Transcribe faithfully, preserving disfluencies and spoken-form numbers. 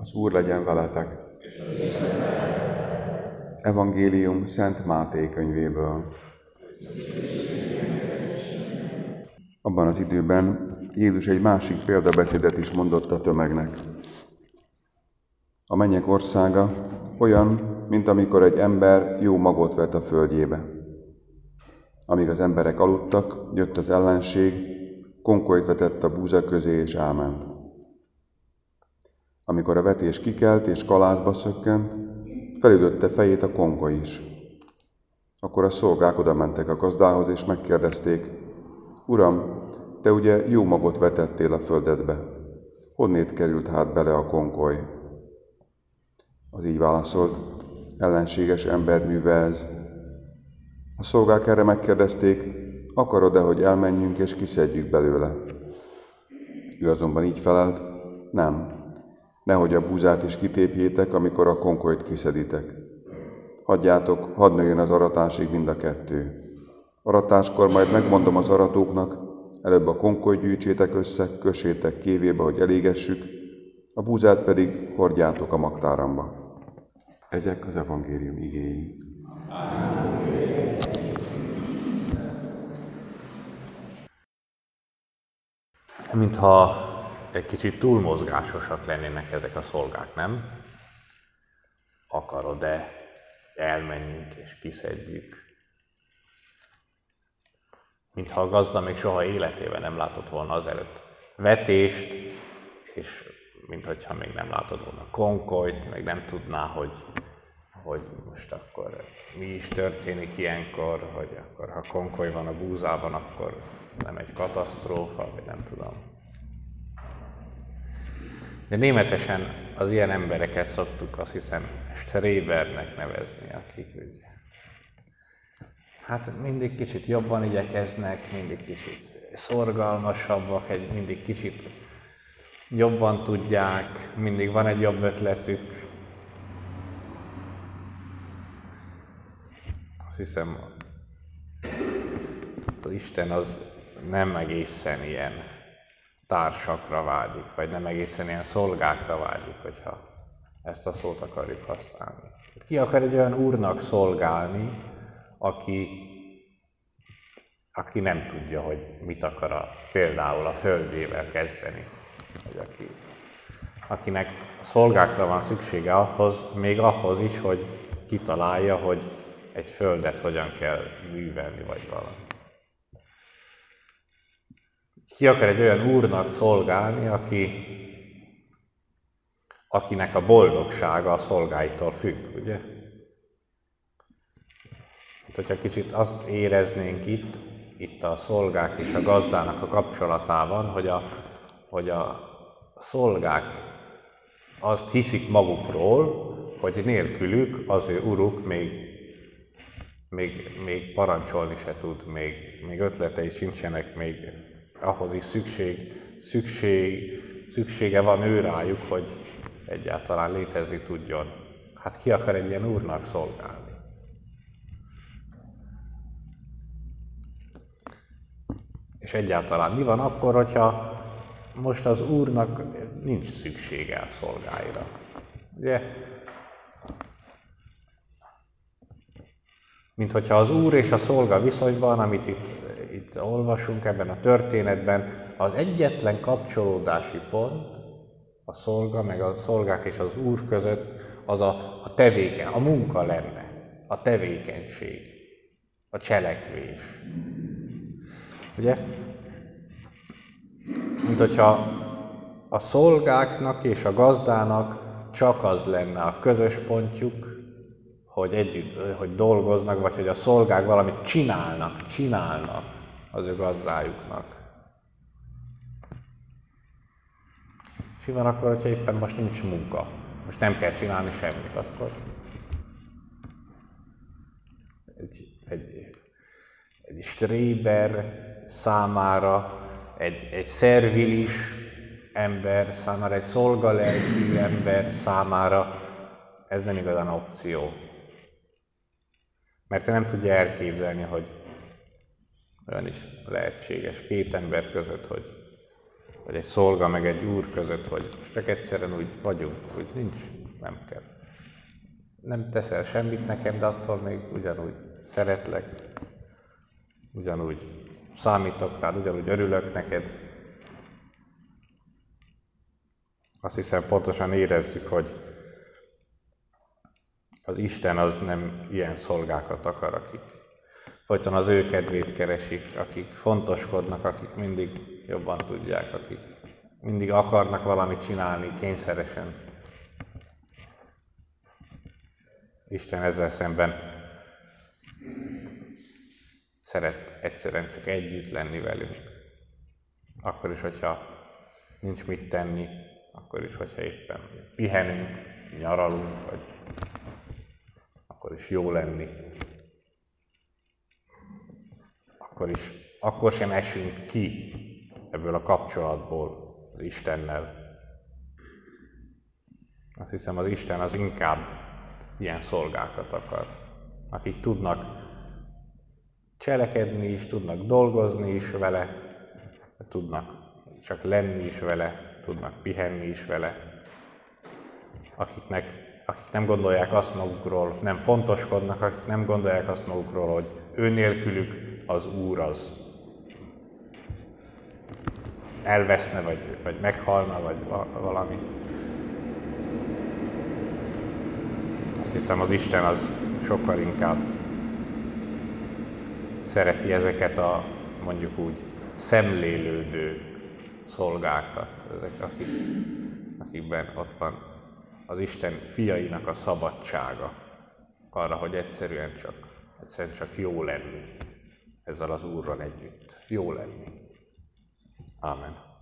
Az Úr legyen veletek! Evangélium Szent Máté könyvéből. Abban az időben Jézus egy másik példabeszédet is mondott a tömegnek. A mennyek országa olyan, mint amikor egy ember jó magot vet a földjébe. Amíg az emberek aludtak, jött az ellenség, konkolyt vetett a búza közé és elment. Amikor a vetés kikelt és kalászba szökkent, felütötte fejét a konkoly is. Akkor a szolgák oda mentek a gazdához és megkérdezték: Uram, te ugye jó magot vetettél a földedbe, honnét került hát bele a konkoly? Az így válaszolt: ellenséges emberműve ez. A szolgák erre megkérdezték: akarod-e, hogy elmenjünk és kiszedjük belőle? Ő azonban így felelt: nem, nehogy a búzát is kitépjétek, amikor a konkolyt kiszeditek. Hagyjátok, hadd nőjön az aratásig mind a kettő. Aratáskor majd megmondom az aratóknak, előbb a konkolyt gyűjtsétek össze, kössétek kévébe, hogy elégessük, a búzát pedig hordjátok a magtáramba. Ezek az evangélium igéi. Mintha egy kicsit túlmozgásosak lennének ezek a szolgák, nem? Akarod-e, elmenjünk és kiszedjük? Mintha a gazda még soha életében nem látott volna azelőtt vetést, és mintha még nem látod volna konkolyt, meg nem tudná, hogy, hogy most akkor mi is történik ilyenkor, hogy akkor ha konkoly van a búzában, akkor nem egy katasztrófa, vagy nem tudom. De németesen az ilyen embereket szoktuk, azt hiszem, Strebernek nevezni, akik ugye, hát mindig kicsit jobban igyekeznek, mindig kicsit szorgalmasabbak, egy mindig kicsit jobban tudják, mindig van egy jobb ötletük. Azt hiszem, az Isten az nem egészen ilyen társakra vágyik, vagy nem egészen ilyen szolgákra vágyik, hogyha ezt a szót akarjuk használni. Ki akar egy olyan úrnak szolgálni, aki, aki nem tudja, hogy mit akar a, például a földjével kezdeni, vagy aki, akinek szolgákra van szüksége ahhoz, még ahhoz is, hogy kitalálja, hogy egy földet hogyan kell művelni, vagy valami. Ki akar egy olyan úrnak szolgálni, aki, akinek a boldogsága a szolgáitól függ, ugye? Hát, hogyha kicsit azt éreznénk itt, itt a szolgák és a gazdának a kapcsolatában, hogy a, hogy a szolgák azt hiszik magukról, hogy nélkülük az ő uruk még, még, még parancsolni se tud, még, még ötletei sincsenek, még ahhoz is szükség, szükség, szüksége van ő rájuk, hogy egyáltalán létezni tudjon. Hát ki akar egy ilyen úrnak szolgálni? És egyáltalán mi van akkor, hogyha most az úrnak nincs szüksége a szolgáira? Ugye? Mint hogyha az úr és a szolga viszonyban, amit itt, itt olvasunk ebben a történetben, az egyetlen kapcsolódási pont a szolga, meg a szolgák és az úr között az a, a tevéken, a munka lenne, a tevékenység, a cselekvés. Ugye? Mint hogyha a szolgáknak és a gazdának csak az lenne a közös pontjuk, hogy együtt, hogy dolgoznak, vagy hogy a szolgák valamit csinálnak, csinálnak az ő gazdájuknak. És mi van akkor, hogyha éppen most nincs munka? Most nem kell csinálni semmit, akkor egy, egy, egy stréber számára, egy, egy szervilis ember számára, egy szolgalelkű ember számára ez nem igazán opció. Mert nem tudja elképzelni, hogy olyan is lehetséges két ember között, hogy vagy egy szolga meg egy úr között, hogy csak egyszerűen úgy vagyunk, hogy nincs, nem kell. Nem teszel semmit nekem, de attól még ugyanúgy szeretlek, ugyanúgy számítok rád, ugyanúgy örülök neked. Azt hiszem pontosan érezzük, hogy az Isten az nem ilyen szolgákat akar, akik folyton az ő kedvét keresik, akik fontoskodnak, akik mindig jobban tudják, akik mindig akarnak valamit csinálni kényszeresen. Isten ezzel szemben szeret egyszerűen csak együtt lenni velünk. Akkor is, hogyha nincs mit tenni, akkor is, hogyha éppen pihenünk, nyaralunk, vagy akkor is jó lenni. Akkor is, akkor sem esünk ki ebből a kapcsolatból az Istennel. Azt hiszem, az Isten az inkább ilyen szolgákat akar, akik tudnak cselekedni is, tudnak dolgozni is vele, tudnak csak lenni is vele, tudnak pihenni is vele, akiknek, akik nem gondolják azt magukról, nem fontoskodnak, akik nem gondolják azt magukról, hogy ő nélkülük az Úr az elveszne, vagy, vagy meghalna, vagy valami. Azt hiszem, az Isten az sokkal inkább szereti ezeket a, mondjuk úgy, szemlélődő szolgákat, ezek, akik, akikben ott van az Isten fiainak a szabadsága arra, hogy egyszerűen csak, egyszerűen csak jó lenni ezzel az Úrral együtt. Jó lenni. Ámen.